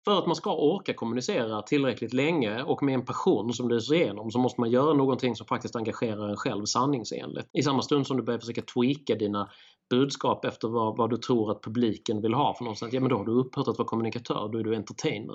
För att man ska orka kommunicera tillräckligt länge och med en passion som lyser igenom så måste man göra någonting som faktiskt engagerar en själv sanningsenligt. I samma stund som du börjar försöka tweaka dina budskap efter vad du tror att publiken vill ha för någonstans, ja men då har du upphört att vara kommunikatör, då är du entertainer.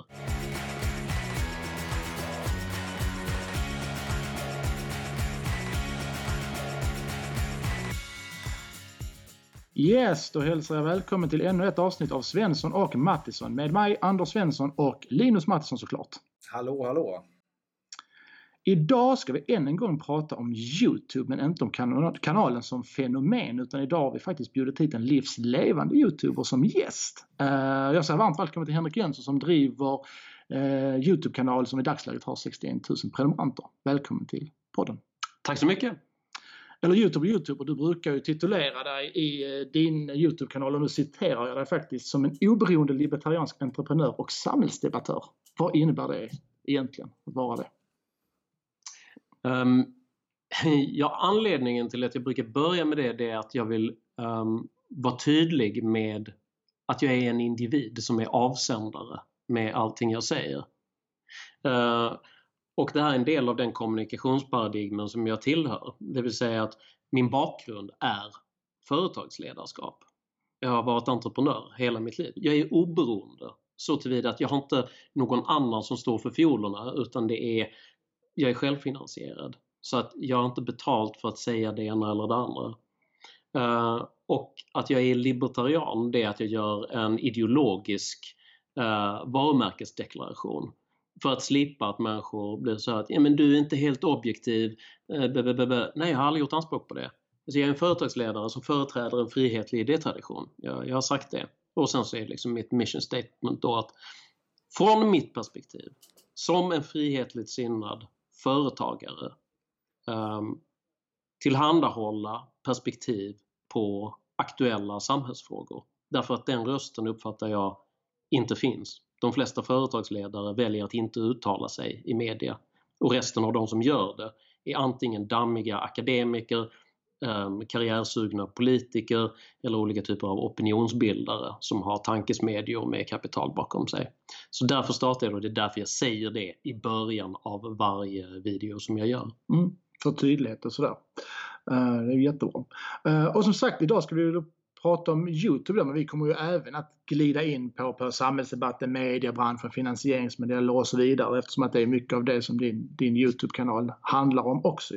Yes, då hälsar jag välkommen till ännu ett avsnitt av Svensson och Mattisson med mig, Anders Svensson och Linus Mattisson såklart. Hallå, hallå. Idag ska vi än en gång prata om YouTube, men inte om kanalen som fenomen, utan idag har vi faktiskt bjudit hit en livslevande YouTuber som gäst. Jag säger varmt välkommen till Henrik Jönsson som driver YouTube-kanal som i dagsläget har 61 000 prenumeranter. Välkommen till podden. Tack så mycket. Eller YouTuber, du brukar ju titulera dig i din YouTube-kanal, och nu citerar jag dig faktiskt, som en oberoende libertariansk entreprenör och samhällsdebattör. Vad innebär det egentligen att vara det? Anledningen till att jag brukar börja med det är att jag vill vara tydlig med att jag är en individ som är avsändare med allting jag säger. Och det här är en del av den kommunikationsparadigmen som jag tillhör. Det vill säga att min bakgrund är företagsledarskap. Jag har varit entreprenör hela mitt liv. Jag är oberoende så tillvida att jag har inte någon annan som står för fiolerna, utan jag är självfinansierad. Så att jag har inte betalt för att säga det ena eller det andra. Och att jag är libertarian, det är att jag gör en ideologisk varumärkesdeklaration. För att slippa att människor blir så här att men du är inte helt objektiv. Nej, jag har aldrig gjort anspråk på det. Alltså jag är en företagsledare som företräder en frihetlig idétradition. Jag har sagt det. Och sen så är det liksom mitt mission statement då att från mitt perspektiv som en frihetligt sinnad företagare tillhandahålla perspektiv på aktuella samhällsfrågor. Därför att den rösten uppfattar jag inte finns. De flesta företagsledare väljer att inte uttala sig i media. Och resten av de som gör det är antingen dammiga akademiker, karriärsugna politiker eller olika typer av opinionsbildare som har tankesmedjor med kapital bakom sig. Så därför startar jag, och det är därför jag säger det i början av varje video som jag gör. För tydlighet och sådär. Det är jättebra. Och som sagt, idag ska vi prata om YouTube, men vi kommer ju även att glida in på samhällsdebatten, mediebranschen, finansieringsmodeller och så vidare, eftersom att det är mycket av det som din YouTube-kanal handlar om också.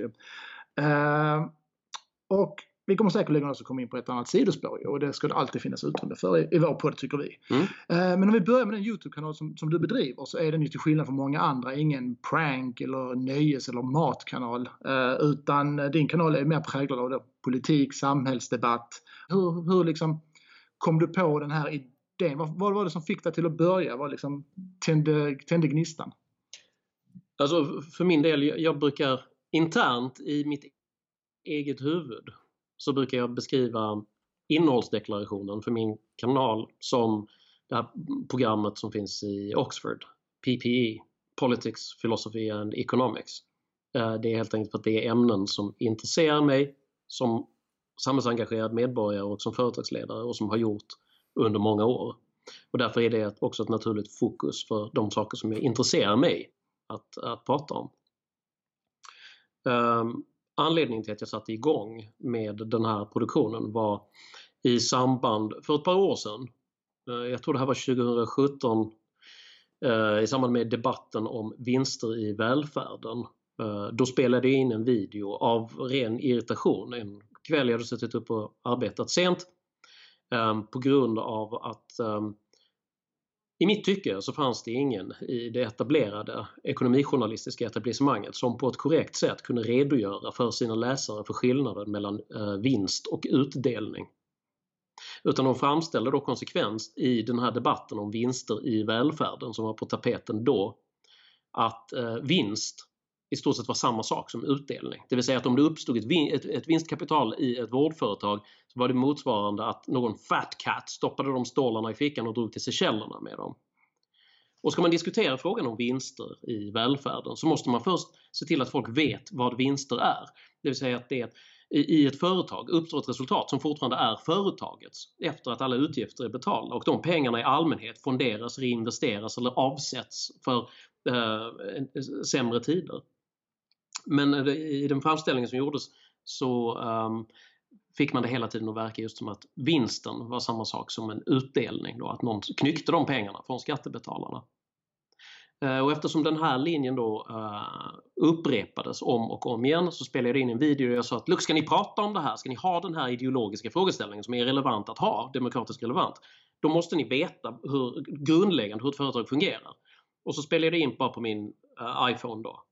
Och vi kommer säkerligen också komma in på ett annat sidospår, och det ska det alltid finnas utrymme för i vår podd, tycker vi. Men om vi börjar med den YouTube-kanal som du bedriver, så är den ju till skillnad från många andra ingen prank eller nöjes- eller matkanal, utan din kanal är mer präglad av det, politik, samhällsdebatt. Hur liksom kom du på den här idén? Vad var det som fick dig till att börja? Vad liksom tände gnistan? Alltså för min del, jag brukar internt i mitt eget huvud så brukar jag beskriva innehållsdeklarationen för min kanal som det här programmet som finns i Oxford, PPE, Politics, Philosophy and Economics. Det är helt enkelt för att det är ämnen som intresserar mig som samhällsengagerad medborgare och som företagsledare, och som har gjort under många år. Och därför är det också ett naturligt fokus för de saker som intresserar mig att prata om. Anledningen till att jag satte igång med den här produktionen var i samband, för ett par år sedan, jag tror det här var 2017, i samband med debatten om vinster i välfärden. Då spelade jag in en video av ren irritation. En kväll jag hade suttit upp och arbetat sent på grund av att i mitt tycke så fanns det ingen i det etablerade ekonomijournalistiska etablissemanget som på ett korrekt sätt kunde redogöra för sina läsare för skillnaden mellan vinst och utdelning. Utan de framställde då konsekvens i den här debatten om vinster i välfärden som var på tapeten då, att vinst i stort sett var samma sak som utdelning. Det vill säga att om det uppstod ett vinstkapital i ett vårdföretag, så var det motsvarande att någon fat cat stoppade de stålarna i fickan och drog till Seychellerna med dem. Och ska man diskutera frågan om vinster i välfärden så måste man först se till att folk vet vad vinster är. Det vill säga att det är i ett företag uppstår ett resultat som fortfarande är företagets efter att alla utgifter är betalda, och de pengarna i allmänhet fonderas, reinvesteras eller avsätts för sämre tider. Men i den framställningen som gjordes så fick man det hela tiden att verka just som att vinsten var samma sak som en utdelning då, att någon knyckte de pengarna från skattebetalarna. Och eftersom den här linjen då upprepades om och om igen, så spelade jag in en video där jag sa att Luke, ska ni prata om det här, ska ni ha den här ideologiska frågeställningen som är relevant att ha, demokratiskt relevant, då måste ni veta grundläggande hur ett företag fungerar. Och så spelade jag in bara på min iPhone då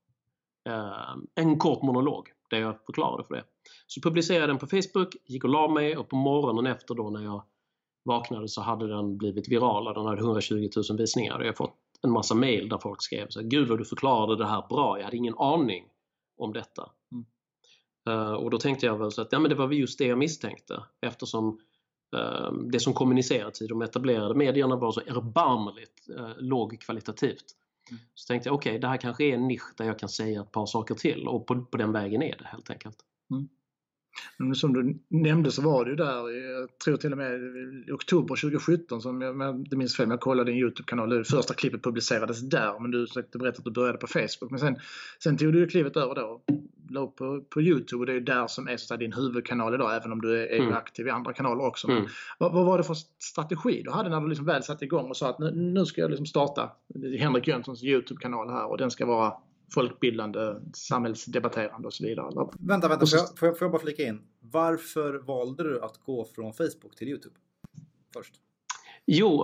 en kort monolog där jag förklarade för det. Så publicerade jag den på Facebook, gick och la mig, och på morgonen efter då när jag vaknade så hade den blivit viral och den hade 120 000 visningar. Och jag har fått en massa mejl där folk skrev så här: Gud vad du förklarade det här bra, jag hade ingen aning om detta. Och då tänkte jag väl så att men det var just det jag misstänkte, eftersom det som kommunicerats i de etablerade medierna var så erbarmligt lågkvalitativt. Så tänkte jag okej, det här kanske är en nisch där jag kan säga ett par saker till, och på den vägen är det helt enkelt. Men som du nämnde så var det ju där, jag tror till och med i oktober 2017 som jag minns fel, jag kollade en YouTube-kanal, det första klippet publicerades där, men du berättade att du började på Facebook, men sen tog du ju klivet över då, låg på YouTube, och det är ju där som är så din huvudkanal idag, även om du är aktiv i andra kanaler också. Men vad var det för strategi du hade när du liksom väl satte igång och sa att nu ska jag liksom starta Henrik Jönssons YouTube-kanal här, och den ska vara folkbildande, samhällsdebatterande och så vidare. Vänta, får jag bara flika in? Varför valde du att gå från Facebook till YouTube först? Jo,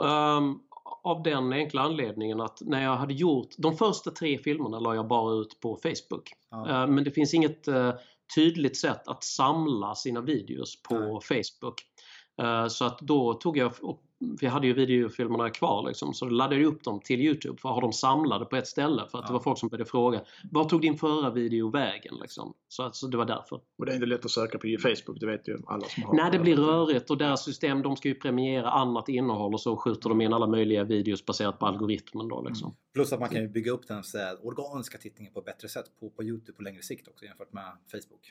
av den enkla anledningen att när jag hade gjort de första 3 filmerna la jag bara ut på Facebook. Men det finns inget tydligt sätt att samla sina videos på Facebook. Så att då tog jag, för jag hade ju videofilmerna kvar liksom, så laddade jag upp dem till YouTube för att ha dem samlade på ett ställe, för att det var folk som började fråga, var tog din förra video vägen liksom? Så det var därför. Och det är inte lätt att söka på Facebook, det vet ju alla som har. Nej, det blir rörigt, och deras system, de ska ju premiera annat innehåll, och så skjuter de in alla möjliga videos baserat på algoritmen då liksom. Plus att man kan ju bygga upp den så här, organiska tittningen på ett bättre sätt på YouTube på längre sikt också jämfört med Facebook.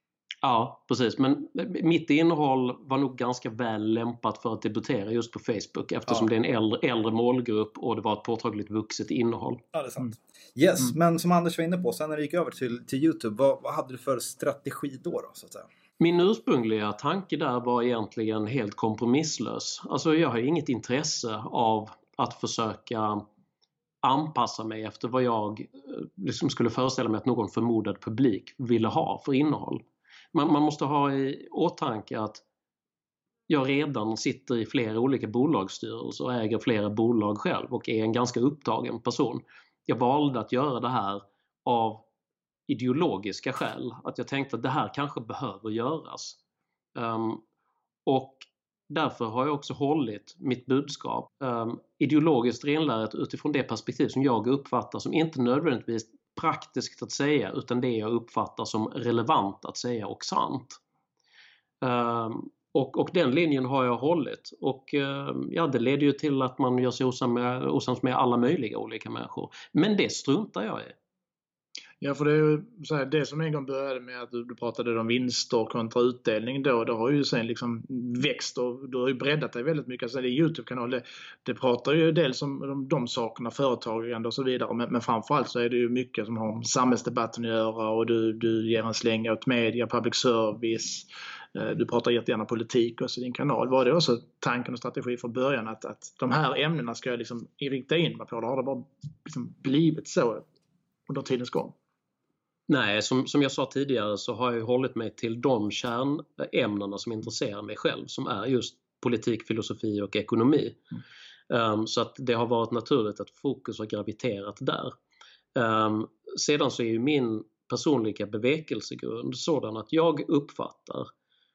Ja, precis. Men mitt innehåll var nog ganska väl lämpat för att debutera just på Facebook, eftersom det är en äldre målgrupp och det var ett påtagligt vuxet innehåll. Ja, det är sant. Yes, men som Anders var inne på, sen när du gick över till YouTube, vad hade du för strategi då så att säga? Min ursprungliga tanke där var egentligen helt kompromisslös. Alltså jag har inget intresse av att försöka anpassa mig efter vad jag liksom skulle föreställa mig att någon förmodad publik ville ha för innehåll. Man måste ha i åtanke att jag redan sitter i flera olika bolagsstyrelser och äger flera bolag själv och är en ganska upptagen person. Jag valde att göra det här av ideologiska skäl. Att jag tänkte att det här kanske behöver göras. Och därför har jag också hållit mitt budskap ideologiskt renlärt utifrån det perspektiv som jag uppfattar som inte nödvändigtvis praktiskt att säga, utan det jag uppfattar som relevant att säga och sant. Och den linjen har jag hållit, och det leder ju till att man gör sig osams med alla möjliga olika människor. Men det struntar jag i. Ja, för det är ju så här, det som en gång började med att du pratade om vinster kontra utdelning då, det har ju sen liksom växt, och du har ju breddat dig väldigt mycket. Alltså det YouTube-kanal, det pratar ju dels om de sakerna, företagande och så vidare, men framförallt så är det ju mycket som har med samhällsdebatten att göra, och du ger en släng åt media, public service, du pratar jättegärna politik också i din kanal. Var det också tanken och strategi från början att de här ämnena ska jag liksom rikta in mig på, då har det bara liksom blivit så under tidens gång? Nej, som jag sa tidigare så har jag hållit mig till de kärnämnena som intresserar mig själv, som är just politik, filosofi och ekonomi. Så att det har varit naturligt att fokus har graviterat där. Sedan så är ju min personliga bevekelsegrund sådan att jag uppfattar,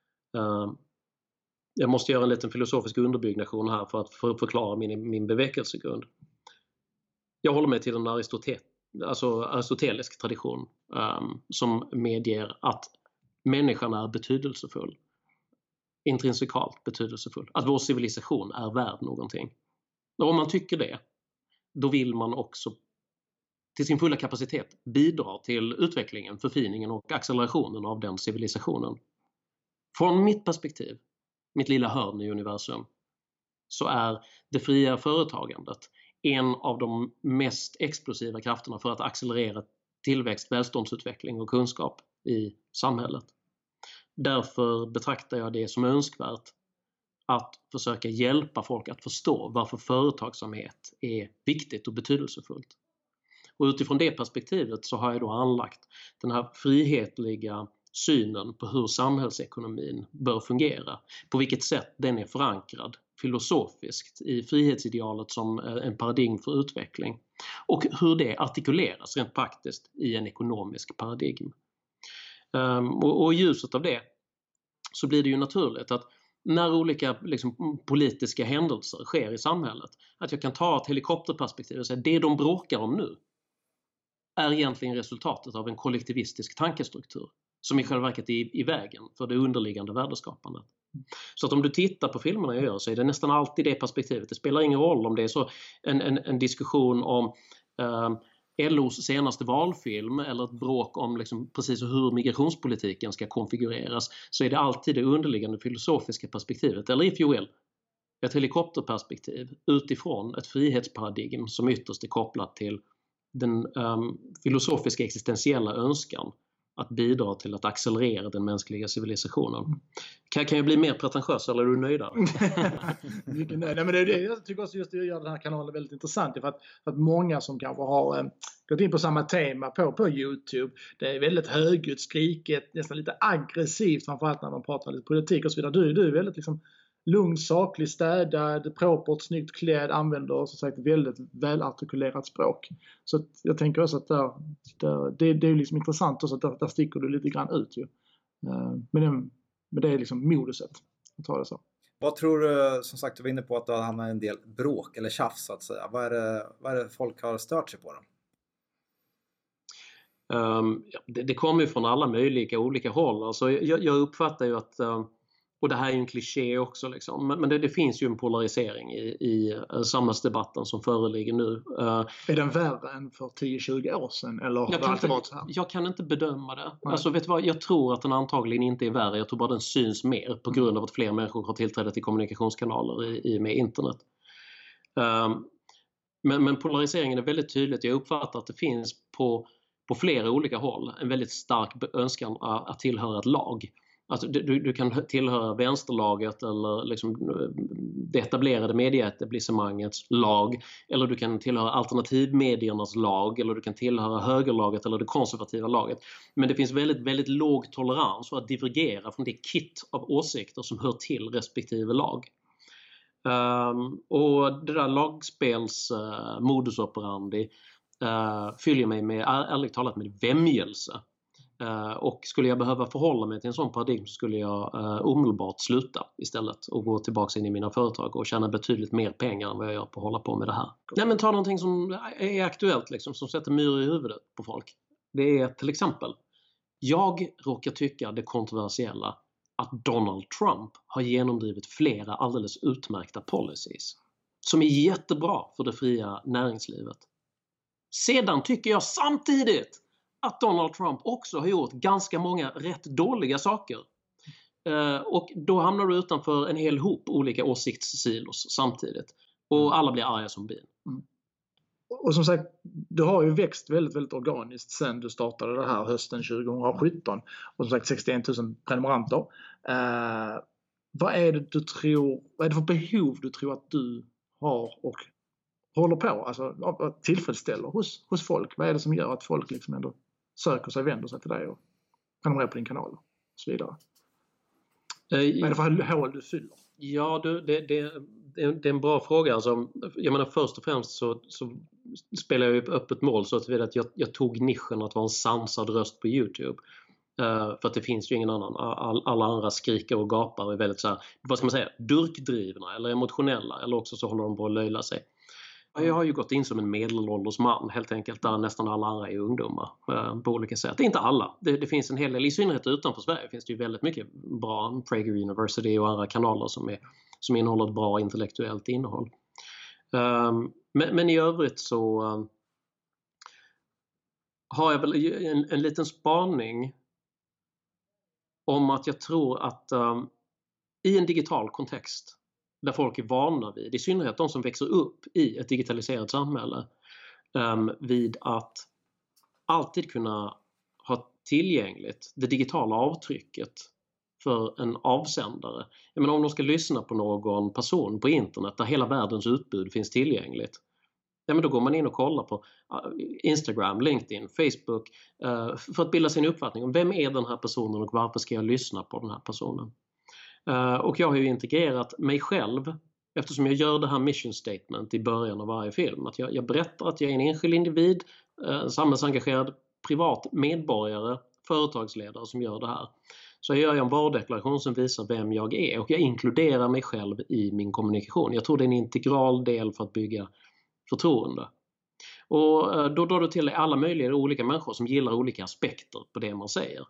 jag måste göra en liten filosofisk underbyggnation här för att förklara min bevekelsegrund. Jag håller mig till den aristotelisk tradition som medger att människan är betydelsefull, intrinsikalt betydelsefull, att vår civilisation är värd någonting. Och om man tycker det, då vill man också till sin fulla kapacitet bidra till utvecklingen, förfiningen och accelerationen av den civilisationen. Från mitt perspektiv, mitt lilla hörn i universum, så är det fria företagandet en av de mest explosiva krafterna för att accelerera tillväxt, välståndsutveckling och kunskap i samhället. Därför betraktar jag det som önskvärt att försöka hjälpa folk att förstå varför företagsamhet är viktigt och betydelsefullt. Och utifrån det perspektivet så har jag då anlagt den här frihetliga synen på hur samhällsekonomin bör fungera. På vilket sätt den är förankrad filosofiskt i frihetsidealet som en paradigm för utveckling. Och hur det artikuleras rent praktiskt i en ekonomisk paradigm. Och i ljuset av det så blir det ju naturligt att när olika politiska händelser sker i samhället, att jag kan ta ett helikopterperspektiv och säga att det de bråkar om nu är egentligen resultatet av en kollektivistisk tankestruktur som i själva verket är i vägen för det underliggande värdeskapandet. Så att om du tittar på filmerna jag gör så är det nästan alltid det perspektivet. Det spelar ingen roll om det är så en diskussion om LOs senaste valfilm eller ett bråk om precis hur migrationspolitiken ska konfigureras, så är det alltid det underliggande filosofiska perspektivet, eller if you will, ett helikopterperspektiv utifrån ett frihetsparadigm som ytterst är kopplat till den filosofiska existentiella önskan att bidra till att accelerera den mänskliga civilisationen. Kan jag bli mer pretentiös eller är du nöjd där? Mycket nöjd. Nej, men det är det. Jag tycker också just det gör den här kanalen väldigt intressant. För att många som kanske har gått in på samma tema på YouTube, det är väldigt högljutt, skriket, nästan lite aggressivt, framförallt när man pratar lite politik och så vidare. Du är väldigt lugn, saklig, städad, propert, snyggt klädd, använder som sagt väldigt välartikulerat språk. Så jag tänker också att det är intressant också att där sticker du lite grann ut ju. Men det är moduset att ta det så. Vad tror du, som sagt du var inne på att du har hamnat en del bråk eller tjafs så att säga. Vad är det folk har stört sig på då? Det kommer ju från alla möjliga olika håll. Alltså jag uppfattar ju att och det här är ju en kliché också men det finns ju en polarisering i samhällsdebatten som föreligger nu. Är den värre än för 10-20 år sedan? Eller jag kan inte bedöma det. Alltså vet du vad, jag tror att den antagligen inte är värre. Jag tror bara den syns mer på grund av att fler människor har tillträde till kommunikationskanaler i med internet. Men polariseringen är väldigt tydligt. Jag uppfattar att det finns på flera olika håll en väldigt stark önskan att tillhöra ett lag. Alltså du kan tillhöra vänsterlaget eller det etablerade medieetablissemangets lag, eller du kan tillhöra alternativmediernas lag, eller du kan tillhöra högerlaget eller det konservativa laget. Men det finns väldigt, väldigt låg tolerans för att divergera från det kit av åsikter som hör till respektive lag. Och det där lagspels modus operandi fyller mig med, ärligt talat, med vämjelse. Och skulle jag behöva förhålla mig till en sån paradigm så skulle jag omedelbart sluta istället och gå tillbaka in i mina företag och tjäna betydligt mer pengar än vad jag gör på att hålla på med det här. Nej, men ta någonting som är aktuellt som sätter myror i huvudet på folk. Det är till exempel, jag råkar tycka det kontroversiella att Donald Trump har genomdrivit flera alldeles utmärkta policies som är jättebra för det fria näringslivet. Sedan tycker jag samtidigt att Donald Trump också har gjort ganska många rätt dåliga saker. Och då hamnar du utanför en hel hop olika åsiktssilos samtidigt. Och alla blir arga som bin. Och som sagt, du har ju växt väldigt, väldigt organiskt sen du startade det här hösten 2017. Och som sagt 61 000 prenumeranter. Vad är det för behov du tror att du har och håller på, alltså tillfredsställer hos folk? Vad är det som gör att folk ändå söker sig, vänder sig till dig och prenumererar på din kanal och så vidare? Vad är det för hål du fyller? Ja, det är en bra fråga. Alltså, jag menar, först och främst så spelar jag upp öppet mål så att jag tog nischen att vara en sansad röst på YouTube. För att det finns ju ingen annan. Alla andra skriker och gapar och är väldigt så här, vad ska man säga, durkdrivna eller emotionella, eller också så håller de på att löjla sig. Jag har ju gått in som en medelålders man helt enkelt, där nästan alla andra är ungdomar på olika sätt. Det är inte alla. Det finns en hel del, i synnerhet utanför Sverige finns det ju väldigt mycket bra, Prager University och andra kanaler som innehåller ett bra intellektuellt innehåll. Men i övrigt så har jag väl en liten spaning om att jag tror att i en digital kontext där folk är vana vid, i synnerhet de som växer upp i ett digitaliserat samhälle, vid att alltid kunna ha tillgängligt det digitala avtrycket för en avsändare. Jag menar, om de ska lyssna på någon person på internet där hela världens utbud finns tillgängligt, ja, men då går man in och kollar på Instagram, LinkedIn, Facebook för att bilda sin uppfattning om vem är den här personen och varför ska jag lyssna på den här personen. Och jag har ju integrerat mig själv, eftersom jag gör det här mission statement i början av varje film. Att jag berättar att jag är en enskild individ, samhällsengagerad, privat medborgare, företagsledare som gör det här. Så jag gör en varudeklaration som visar vem jag är och jag inkluderar mig själv i min kommunikation. Jag tror det är en integral del för att bygga förtroende. Och då drar du till alla möjliga olika människor som gillar olika aspekter på det man säger.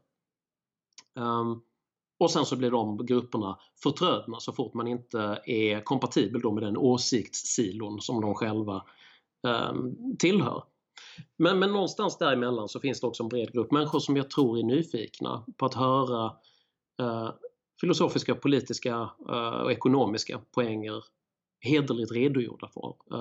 Och sen så blir de grupperna förtrödna så fort man inte är kompatibel då med den åsiktssilon som de själva tillhör. Men någonstans däremellan så finns det också en bred grupp människor som jag tror är nyfikna på att höra filosofiska, politiska och ekonomiska poänger hederligt redogjorda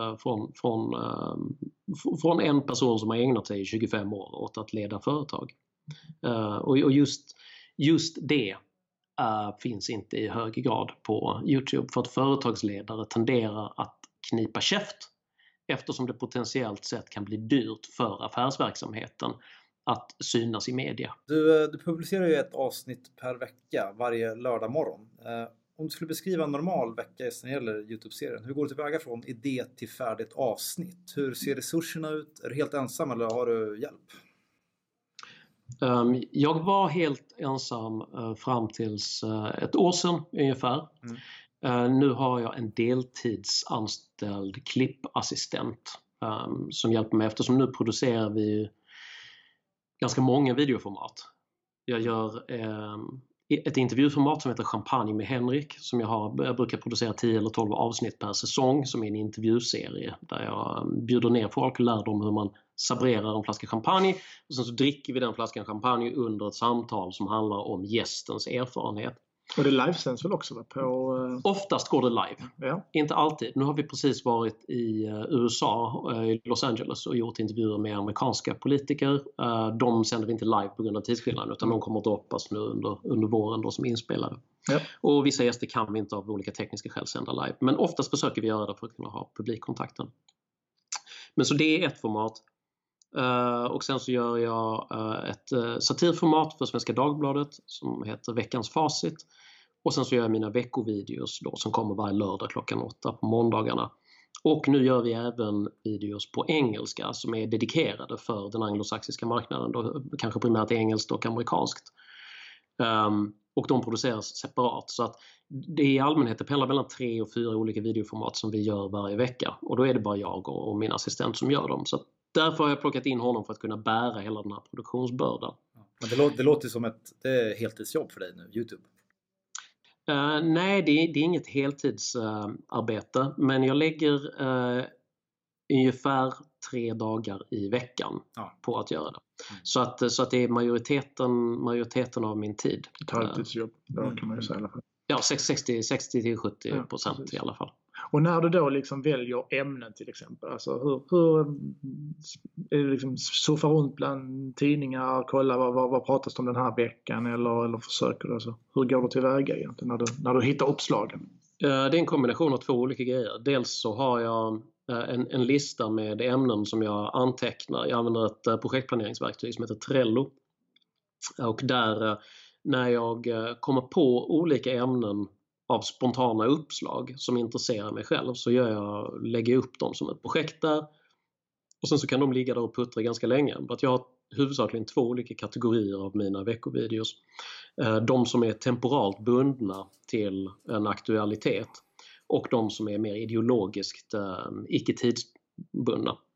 från en person som har ägnat sig i 25 år åt att leda företag. Och just det finns inte i hög grad på YouTube, för att företagsledare tenderar att knipa käft eftersom det potentiellt sett kan bli dyrt för affärsverksamheten att synas i media. Du publicerar ju ett avsnitt per vecka varje lördag morgon. Om du skulle beskriva en normal vecka när det gäller YouTube-serien, hur går du tillväga från idé till färdigt avsnitt? Hur ser resurserna ut? Är du helt ensam eller har du hjälp? Jag var helt ensam fram tills ett år sedan ungefär. Nu har jag en deltidsanställd klippassistent som hjälper mig, eftersom nu producerar vi ganska många videoformat. Jag gör ett intervjuformat som heter Champagne med Henrik som jag brukar producera 10 eller 12 avsnitt per säsong, som är en intervjuserie där jag bjuder ner folk och lär dem hur man sabrerar en flaska champagne och sen så dricker vi den flaskan champagne under ett samtal som handlar om gästens erfarenhet. Och det livesänds väl också på... Oftast går det live. Ja. Inte alltid. Nu har vi precis varit i USA, i Los Angeles, och gjort intervjuer med amerikanska politiker. De sänder vi inte live på grund av tidsskillnaden, utan de kommer att droppas nu under våren då som inspelade. Ja. Och vissa gäster kan vi inte av olika tekniska skäl sända live. Men oftast försöker vi göra det för att kunna ha publikkontakten. Men så det är ett format. Och sen så gör jag ett satirformat för Svenska Dagbladet som heter Veckans facit. Och sen så gör jag mina veckovideos då, som kommer varje lördag klockan 8 på måndagarna. Och nu gör vi även videos på engelska som är dedikerade för den anglosaxiska marknaden. Då, kanske primärt engelskt och amerikanskt. Och de produceras separat. Så att det är i allmänhet pendlar mellan 3 och 4 olika videoformat som vi gör varje vecka. Och då är det bara jag och min assistent som gör dem. Så därför har jag plockat in honom för att kunna bära hela den här produktionsbördan. Men det låter som ett heltidsjobb för dig nu, YouTube. Nej, det är inget heltidsarbete. Men jag lägger ungefär 3 dagar i veckan på att göra det. Så att det är majoriteten av min tid. Ett halvtidsjobb, då kan man ju säga i alla fall. Ja, 60-70% i alla fall. Och när du då liksom väljer ämnen till exempel, alltså hur är det liksom surfa runt bland tidningar, kolla vad pratas det om den här veckan eller försöker du, alltså, hur går du tillväga egentligen när du hittar uppslagen? Det är en kombination av 2 olika grejer. Dels så har jag en lista med ämnen som jag antecknar. Jag använder ett projektplaneringsverktyg som heter Trello. Och där när jag kommer på olika ämnen av spontana uppslag som intresserar mig själv, så lägger jag upp dem som ett projekt där. Och sen så kan de ligga där och puttra ganska länge. För att jag har huvudsakligen 2 olika kategorier av mina veckovideos. De som är temporalt bundna till en aktualitet och de som är mer ideologiskt icke-tidsbundna.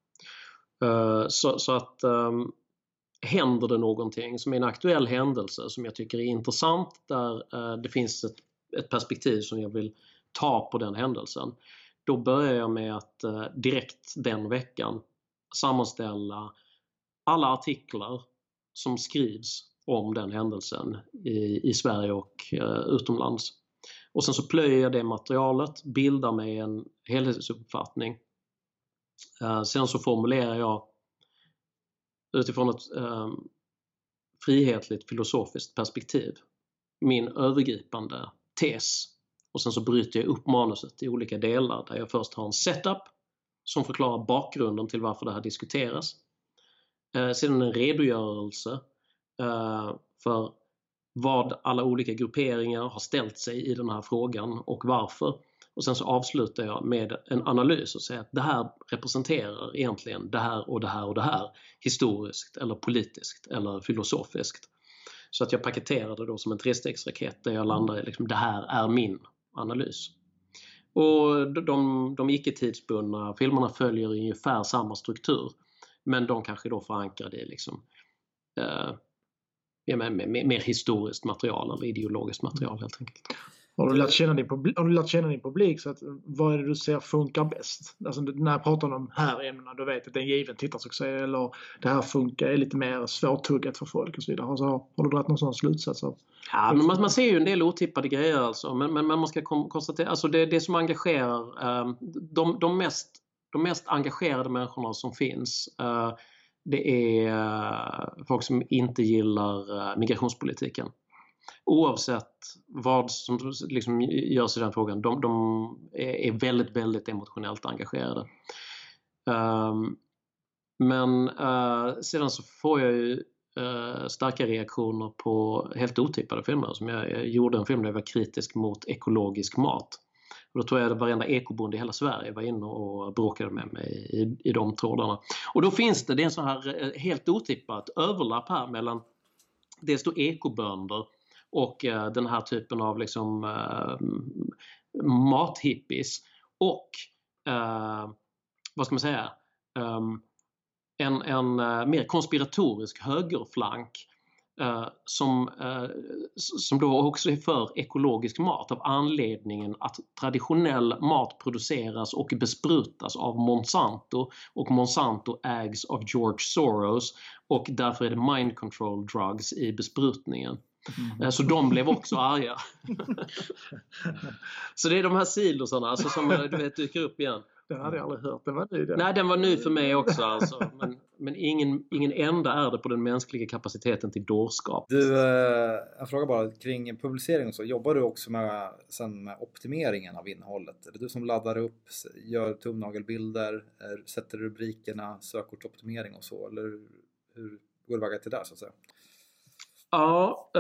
Så att händer det någonting som är en aktuell händelse som jag tycker är intressant, där det finns ett perspektiv som jag vill ta på den händelsen, då börjar jag med att direkt den veckan sammanställa alla artiklar som skrivs om den händelsen i Sverige och utomlands. Och sen så plöjer jag det materialet, bildar mig en helhetsuppfattning. Sen så formulerar jag utifrån ett frihetligt filosofiskt perspektiv min övergripande tes. Och sen så bryter jag upp manuset i olika delar där jag först har en setup som förklarar bakgrunden till varför det här diskuteras. Sedan en redogörelse för vad alla olika grupperingar har ställt sig i den här frågan och varför. Och sen så avslutar jag med en analys och säger att det här representerar egentligen det här och det här och det här historiskt eller politiskt eller filosofiskt. Så att jag paketerar det då som en trestegsraket där jag landar i liksom, det här är min analys. Och de icke-tidsbundna filmerna följer ungefär samma struktur, men de kanske då förankrade i liksom, mer historiskt material eller ideologiskt material helt enkelt. Har du lärt känna din publik så att vad är det du ser funkar bäst? Alltså när jag pratar om här ämnena, du vet att det är en given tittarsuccé eller det här funkar är lite mer svårtuggat för folk och så vidare. Alltså, har du dragit någon sån slutsats av? Ja, men man ser ju en del otippade grejer alltså. Men man ska konstatera, alltså det som engagerar de mest engagerade människorna som finns, det är folk som inte gillar migrationspolitiken. Oavsett vad som liksom görs i den frågan, de är väldigt, väldigt emotionellt engagerade. Men sedan så får jag ju starka reaktioner på helt otippade filmer. Som jag gjorde en film där jag var kritisk mot ekologisk mat. Och då tror jag att varenda ekobonde i hela Sverige var inne och bråkade med mig i de trådarna. Och då finns det är en sån här helt otippat överlapp här mellan dels då ekobönder och den här typen av liksom mathippies och vad ska man säga, en mer konspiratorisk högerflank som då också är för ekologisk mat av anledningen att traditionell mat produceras och besprutas av Monsanto och Monsanto ägs av George Soros och därför är det mind control drugs i besprutningen. Så de blev också arga. Så det är de här silosarna alltså, som du vet dyker upp igen. Den hade jag aldrig hört. Den var ny. Nej, den var ny för mig också alltså. Men ingen enda är det på den mänskliga kapaciteten till dårskap. Du, jag frågar bara kring publicering och så. Jobbar du också med optimeringen av innehållet? Är det du som laddar upp, gör tumnagelbilder, sätter rubrikerna, sökordsoptimering och så? Eller hur går du väga till det så att säga? Ja,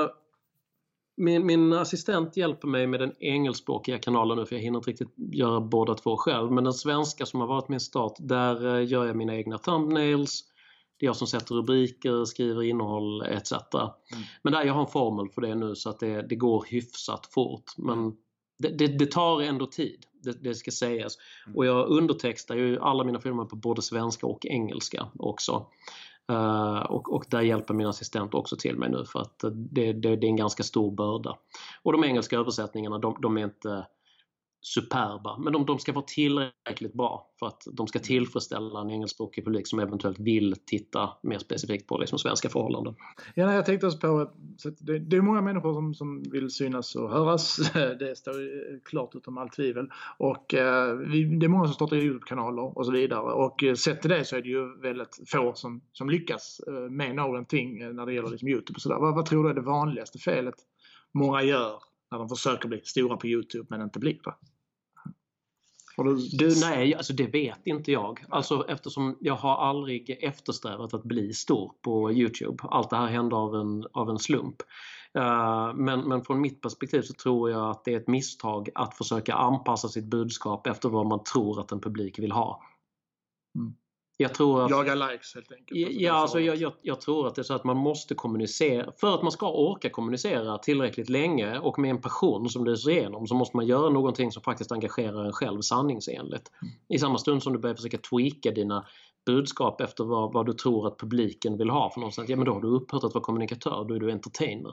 min assistent hjälper mig med den engelskspråkiga kanalen nu för jag hinner inte riktigt göra båda två själv. Men den svenska som har varit min start, där gör jag mina egna thumbnails. Det är jag som sätter rubriker, skriver innehåll etc. Men där jag har en formel för det nu så att det går hyfsat fort. Men det tar ändå tid, det ska sägas. Och jag undertextar ju alla mina filmer på både svenska och engelska också. Och där hjälper min assistent också till mig nu för att det är en ganska stor börda. Och de engelska översättningarna de är inte superba, men de ska vara tillräckligt bra för att de ska tillfredsställa en engelskspråkig publik som eventuellt vill titta mer specifikt på liksom svenska förhållanden. Ja, jag tänkte också på att det är många människor som vill synas och höras. Det står klart utom allt tvivel. Och det är många som startar YouTube-kanaler och så vidare. Och sett till det så är det ju väldigt få som lyckas med någonting när det gäller liksom YouTube och sådär. Vad tror du är det vanligaste felet många gör när de försöker bli stora på YouTube men inte blir det? Nej, alltså det vet inte jag. Alltså eftersom jag har aldrig eftersträvat att bli stor på YouTube. Allt det här hände av en slump. Men från mitt perspektiv så tror jag att det är ett misstag att försöka anpassa sitt budskap efter vad man tror att en publik vill ha. Jag tror att, jaga likes helt enkelt. Ja, alltså jag tror att det är så att man måste kommunicera. För att man ska orka kommunicera tillräckligt länge och med en passion som lyser igenom så måste man göra någonting som faktiskt engagerar en själv sanningsenligt. I samma stund som du börjar försöka tweaka dina budskap efter vad du tror att publiken vill ha för någonstans. Ja, men då har du upphört att vara kommunikatör, då är du entertainer.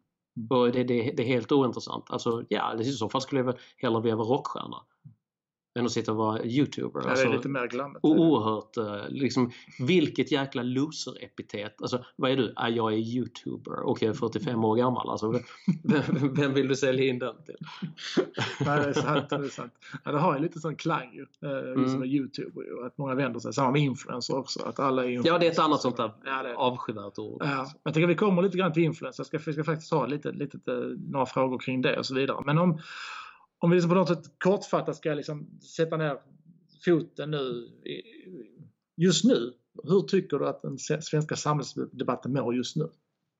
Och det är helt ointressant. Alltså, ja, i så fall skulle jag väl hellre vilja vara rockstjärna. än att sitta och vara YouTuber. Ja, det är lite mer glammigt. Oerhört, liksom, vilket jäkla loser-epitet. Alltså, vad är du? Jag är YouTuber och jag är 45 år gammal. Alltså, vem vill du sälja in den till? Nej, det är sant. Ja, det har ju lite sån klang ju, just med YouTuber ju, att många vänder sig. Samma med influencer också. Att alla är influencer. Ja, det är ett annat sånt där avskyvärt ord. Ja, jag tycker vi kommer lite grann till influencer. Jag ska faktiskt ha några frågor kring det och så vidare. Men om vi liksom på något sätt kortfattat ska liksom sätta ner foten nu, just nu, hur tycker du att den svenska samhällsdebatten mår just nu?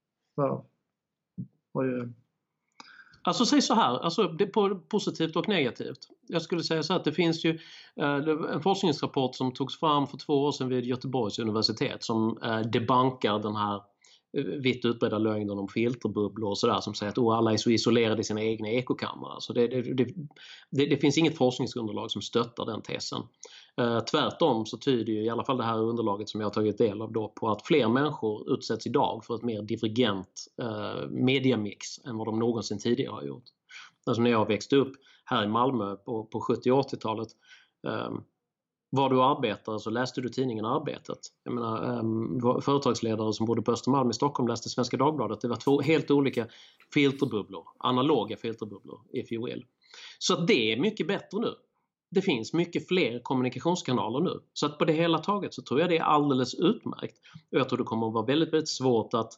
Alltså säg så här, alltså det är positivt och negativt. Jag skulle säga så att det finns ju en forskningsrapport som togs fram för 2 år sedan vid Göteborgs universitet som debankar den här vitt utbredda lögnen om filterbubblor och sådär, som säger att alla är så isolerade i sina egna ekokamrar. Så det finns inget forskningsunderlag som stöttar den tesen. Tvärtom så tyder ju i alla fall det här underlaget som jag har tagit del av då på att fler människor utsätts idag för ett mer divergent mediamix än vad de någonsin tidigare har gjort. Alltså när jag växte upp här i Malmö på 70- och 80-talet, var du arbetare så läste du tidningen Arbetet. Jag menar, företagsledare som bodde på Östermalm i Stockholm läste Svenska Dagbladet. Det var 2 helt olika filterbubblor, analoga filterbubblor if you will. Så att det är mycket bättre nu. Det finns mycket fler kommunikationskanaler nu. Så att på det hela taget så tror jag det är alldeles utmärkt. Och jag tror det kommer att vara väldigt, väldigt svårt att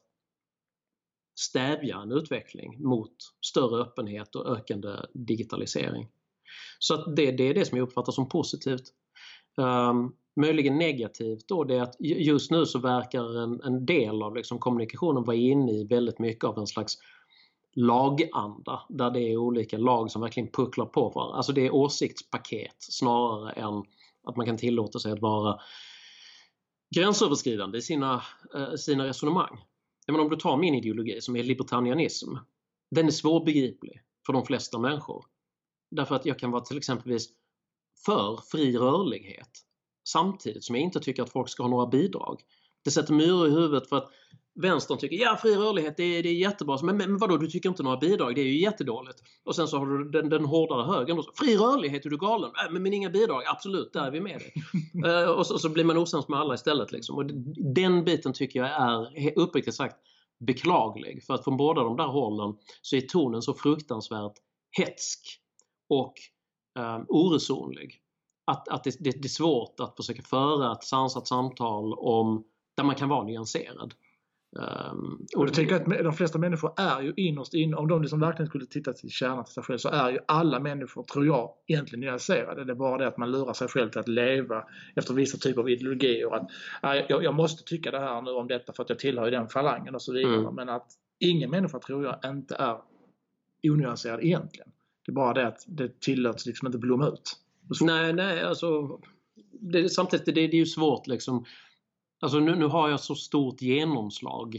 stävja en utveckling mot större öppenhet och ökande digitalisering. Så att det är det som jag uppfattar som positivt. Möjligen negativt då, det är att just nu så verkar en del av liksom kommunikationen vara inne i väldigt mycket av en slags laganda, där det är olika lag som verkligen pucklar på varandra. Alltså det är åsiktspaket snarare än att man kan tillåta sig att vara gränsöverskridande i sina resonemang. Jag menar, om du tar min ideologi som är libertarianism, den är svårbegriplig för de flesta människor. Därför att jag kan vara till exempelvis för fri rörlighet samtidigt som jag inte tycker att folk ska ha några bidrag. Det sätter myror i huvudet för att vänstern tycker fri rörlighet det är jättebra, men vadå, du tycker inte några bidrag, det är ju jättedåligt. Och sen så har du den hårdare högern och så, fri rörlighet, är du galen? Men inga bidrag, absolut, där är vi med dig. Och så blir man osams med alla istället liksom. Och den biten tycker jag är uppriktigt sagt beklaglig, för att från båda de där hållen så är tonen så fruktansvärt hetsk och oresonlig att det är svårt att försöka föra ett sansat samtal om där man kan vara nyanserad. Och jag tycker att de flesta människor är ju innerst inne, om de liksom verkligen skulle titta till kärnan till sig själv, så är ju alla människor, tror jag, egentligen nyanserade. Det är bara det att man lurar sig själv till att leva efter vissa typer av ideologier och att jag måste tycka det här nu om detta för att jag tillhör den falangen och så vidare. Men att ingen människa, tror jag, inte är onyanserad egentligen. Det är bara det att det tillåts liksom inte blomma ut. Nej, alltså samtidigt det är ju svårt liksom. Alltså nu har jag så stort genomslag.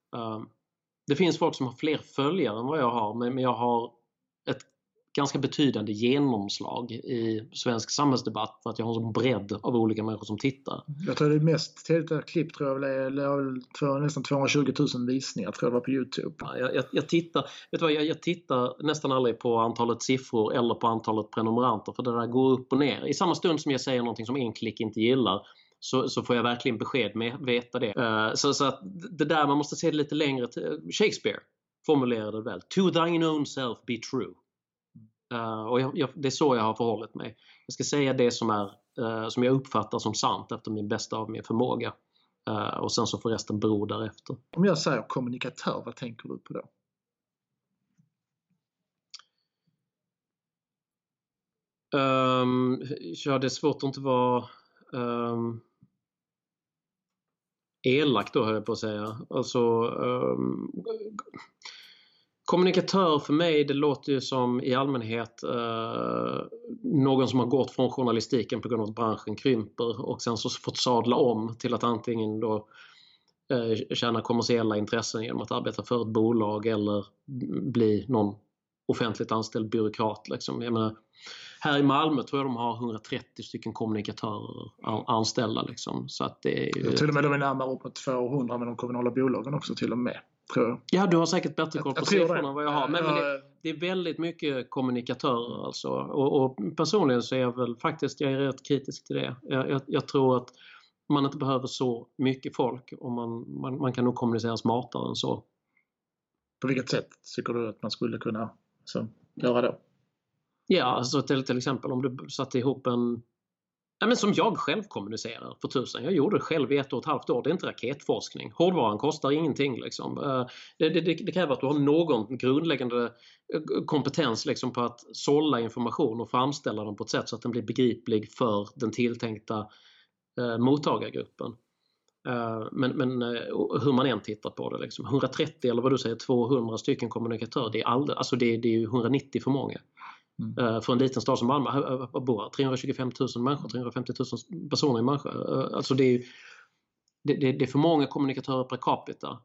Det finns folk som har fler följare än vad jag har, men jag har ett ganska betydande genomslag i svensk samhällsdebatt för att jag har en sån bredd av olika människor som tittar. Jag tror det är mest till ett klipp, tror jag, nästan 220 000 visningar tror jag var på YouTube. Jag tittar nästan aldrig på antalet siffror eller på antalet prenumeranter, för det där går upp och ner. I samma stund som jag säger någonting som en klick inte gillar så får jag verkligen besked med veta det. Så att det där, man måste se det lite längre. Shakespeare formulerade det väl. To thine own self be true. Och det är så jag har förhållit mig. Jag ska säga det som jag uppfattar som sant efter min bästa av min förmåga. Och sen så får resten bero därefter. Om jag säger kommunikatör, vad tänker du på då? Ja, det är svårt att inte vara elak då, höll jag på att säga. Alltså kommunikatör för mig, det låter ju som i allmänhet någon som har gått från journalistiken på grund av att branschen krymper och sen så fått sadla om till att antingen då tjäna kommersiella intressen genom att arbeta för ett bolag eller bli någon offentligt anställd byråkrat liksom. Jag menar, här i Malmö tror jag de har 130 stycken kommunikatörer anställda liksom. Så att det är ju... Till och med de är närmare upp mot 200 med de kommunala bolagen också till och med, tror jag. Ja, du har säkert bättre koll på siffrorna än vad jag har. Men Det är väldigt mycket kommunikatörer alltså. Och personligen så är jag väl faktiskt, jag är rätt kritisk till det. Jag tror att man inte behöver så mycket folk och man kan nog kommunicera smartare än så. På vilket sätt tycker du att man skulle kunna göra då? Ja, alltså till exempel om du satte ihop men som jag själv kommunicerar för 1000. Jag gjorde det själv i 1,5 år. Det är inte raketforskning. Hårdvaran kostar ingenting. Liksom. Det kräver att du har någon grundläggande kompetens liksom, på att sålla information och framställa den på ett sätt så att den blir begriplig för den tilltänkta mottagargruppen. Men hur man än tittar på det. Liksom. 130 eller vad du säger, 200 stycken kommunikatörer. Det är ju 190 för många. För en liten stad som Malmö bor 325 000 människor, 350 000 personer i Malmö. Alltså det är för många kommunikatörer per capita.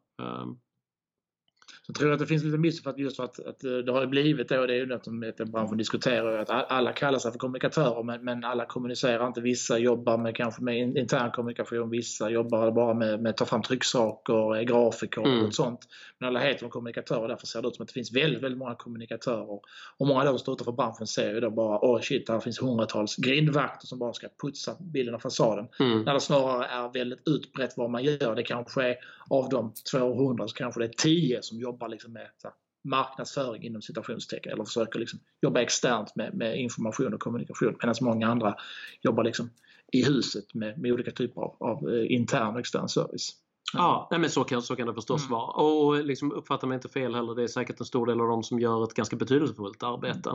Så tror jag att det finns lite missuppfattning just för att det har blivit det, och det är ju något som branschen diskuterar, att alla kallar sig för kommunikatörer men alla kommunicerar inte. Vissa jobbar med intern kommunikation, vissa jobbar bara med att ta fram trycksaker, grafiker och sånt. Men alla heter de kommunikatörer, därför ser det ut som att det finns väldigt, väldigt många kommunikatörer. Och många av de som står utanför branschen ser ju då bara, här finns hundratals grindvakter som bara ska putsa bilden av fasaden. När det snarare är väldigt utbrett vad man gör. Det kanske är av de 200 så kanske det är 10 som jobbar liksom med marknadsföring inom citationstecken eller försöker liksom jobba externt med information och kommunikation, medan många andra jobbar liksom i huset med olika typer av intern och extern service. Ja, men så kan det förstås vara. Och liksom, uppfattar mig inte fel heller, det är säkert en stor del av dem som gör ett ganska betydelsefullt arbete.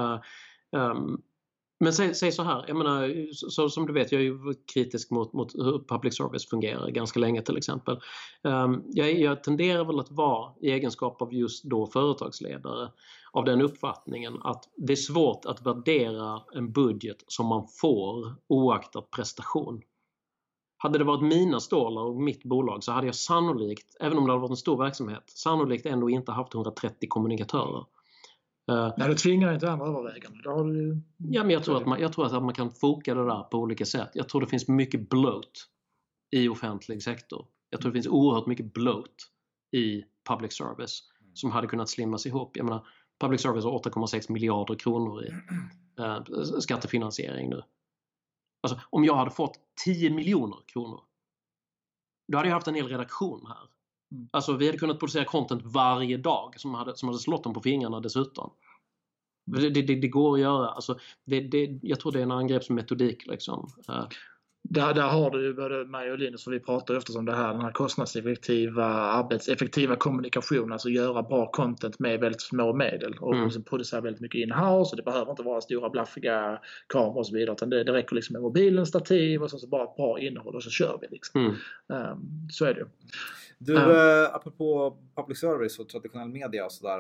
Men säg så här, jag menar, så som du vet, jag är ju kritisk mot hur public service fungerar ganska länge till exempel. Jag tenderar väl att vara, i egenskap av just då företagsledare, av den uppfattningen att det är svårt att värdera en budget som man får oaktat prestation. Hade det varit mina stålar och mitt bolag så hade jag sannolikt, även om det hade varit en stor verksamhet, sannolikt ändå inte haft 130 kommunikatörer. Nej, det tvingar inte andra överväganden. Då har du... Ja, men jag tror att man kan foka det där på olika sätt. Jag tror det finns mycket bloat i offentlig sektor. Jag tror det finns oerhört mycket bloat i public service som hade kunnat slimmas ihop. Jag menar, public service har 8,6 miljarder kronor i skattefinansiering nu. Alltså, om jag hade fått 10 miljoner kronor, då hade jag haft en hel redaktion här. Alltså vi hade kunnat producera content varje dag som hade slått dem på fingrarna dessutom. Det går att göra. Alltså, jag tror det är en angreppsmetodik liksom. Där har du ju både mig och Linus, för vi pratar ofta om det här, den här kostnadseffektiva, arbetseffektiva kommunikation, alltså göra bra content med väldigt små medel och producera väldigt mycket in-house, och det behöver inte vara stora blaffiga kameror och så vidare, utan det räcker liksom med mobilen, stativ och så bara ett bra innehåll och så kör vi liksom. Så är det ju. Du, apropå public service och traditionell media och sådär,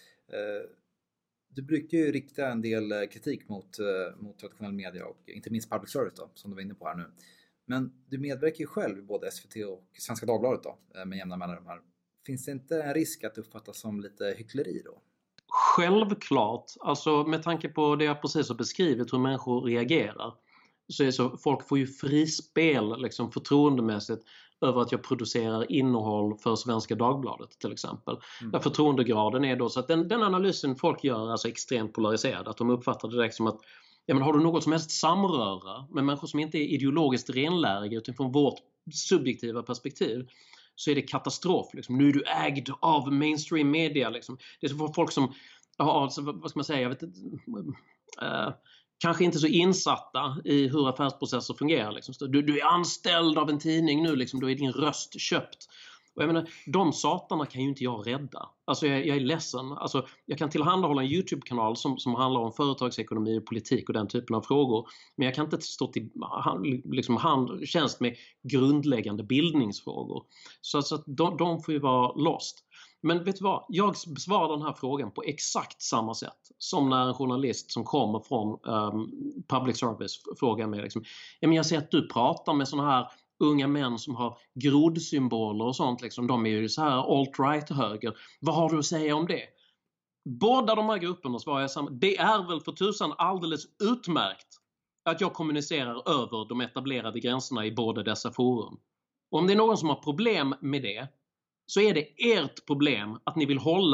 du brukar ju rikta en del kritik mot traditionell media och inte minst public service då, som du var inne på här nu. Men du medverkar ju själv i både SVT och Svenska Dagbladet då, med jämna mellanrum här. Finns det inte en risk att det uppfattas som lite hyckleri då? Självklart. Alltså med tanke på det jag precis har beskrivit, hur människor reagerar, så är så folk får ju frispel liksom förtroendemässigt över att jag producerar innehåll för Svenska Dagbladet till exempel. Där förtroendegraden är då så att den analysen folk gör är alltså extremt polariserad. Att de uppfattar det direkt som att har du något som helst samröra med människor som inte är ideologiskt renläriga utifrån vårt subjektiva perspektiv, så är det katastrof. Liksom. Nu är du ägd av mainstream media. Liksom. Det är så folk som vad ska man säga, jag vet inte, kanske inte så insatta i hur affärsprocesser fungerar. Liksom. Du är anställd av en tidning nu, liksom, då är din röst köpt. Och jag menar, de satarna kan ju inte jag rädda. Alltså jag är ledsen. Alltså, jag kan tillhandahålla en YouTube-kanal som handlar om företagsekonomi och politik och den typen av frågor. Men jag kan inte stå till tjänst med grundläggande bildningsfrågor. Så att de får ju vara lost. Men vet du vad? Jag besvarar den här frågan på exakt samma sätt som när en journalist som kommer från public service frågar mig liksom, jag ser att du pratar med såna här unga män som har grodsymboler och sånt liksom, de är ju så här alt-right höger. Vad har du att säga om det? Båda de här grupperna svarar jag samma. Det är väl för tusan alldeles utmärkt att jag kommunicerar över de etablerade gränserna i båda dessa forum. Och om det är någon som har problem med det, så är det ert problem att ni vill hålla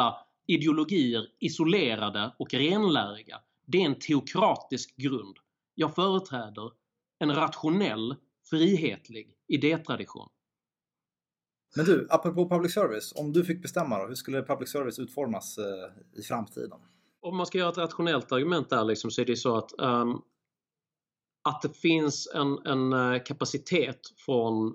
ideologier isolerade och renläriga. Det är en teokratisk grund. Jag företräder en rationell, frihetlig idétradition. Men du, apropå public service, om du fick bestämma då, hur skulle public service utformas i framtiden? Om man ska göra ett rationellt argument där liksom, så är det så att det finns en kapacitet från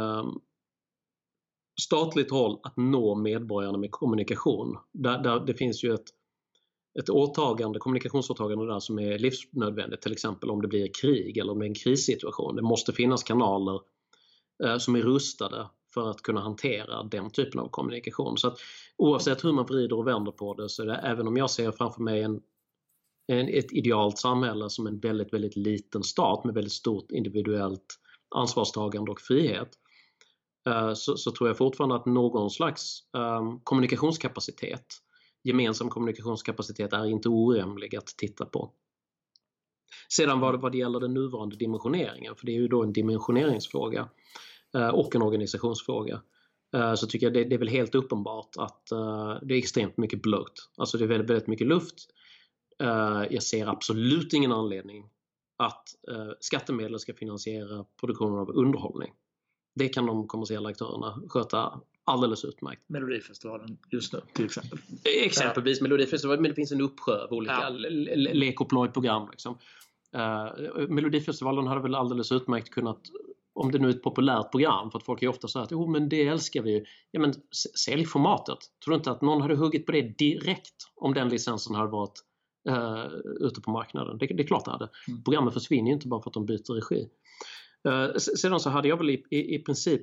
statligt håll att nå medborgarna med kommunikation. Där det finns ju ett kommunikationsåtagande där som är livsnödvändigt, till exempel om det blir krig eller om det är en krissituation. Det måste finnas kanaler som är rustade för att kunna hantera den typen av kommunikation. Så att oavsett hur man vrider och vänder på det, så är det, även om jag ser framför mig ett idealt samhälle som en väldigt, väldigt liten stat med väldigt stort individuellt ansvarstagande och frihet, så tror jag fortfarande att någon slags kommunikationskapacitet, gemensam kommunikationskapacitet, är inte orimlig att titta på. Sedan vad det gäller den nuvarande dimensioneringen, för det är ju då en dimensioneringsfråga och en organisationsfråga, så tycker jag det är väl helt uppenbart att det är extremt mycket bloat. Alltså det är väldigt, väldigt mycket luft. Jag ser absolut ingen anledning att skattemedel ska finansiera produktionen av underhållning. Det kan de kommersiella aktörerna sköta alldeles utmärkt. Melodifestivalen just nu till exempel. Exempelvis Melodifestivalen, men det finns en uppsjö av olika lek- och plojprogram. Liksom. Melodifestivalen hade väl alldeles utmärkt kunnat, om det nu är ett populärt program, för att folk är ofta så att men det älskar vi ju. Ja, men sälj formatet. Tror du inte att någon hade huggit på det direkt om den licensen hade varit ute på marknaden? Det är klart det hade. Programmet försvinner ju inte bara för att de byter regi. Sedan så hade jag väl i princip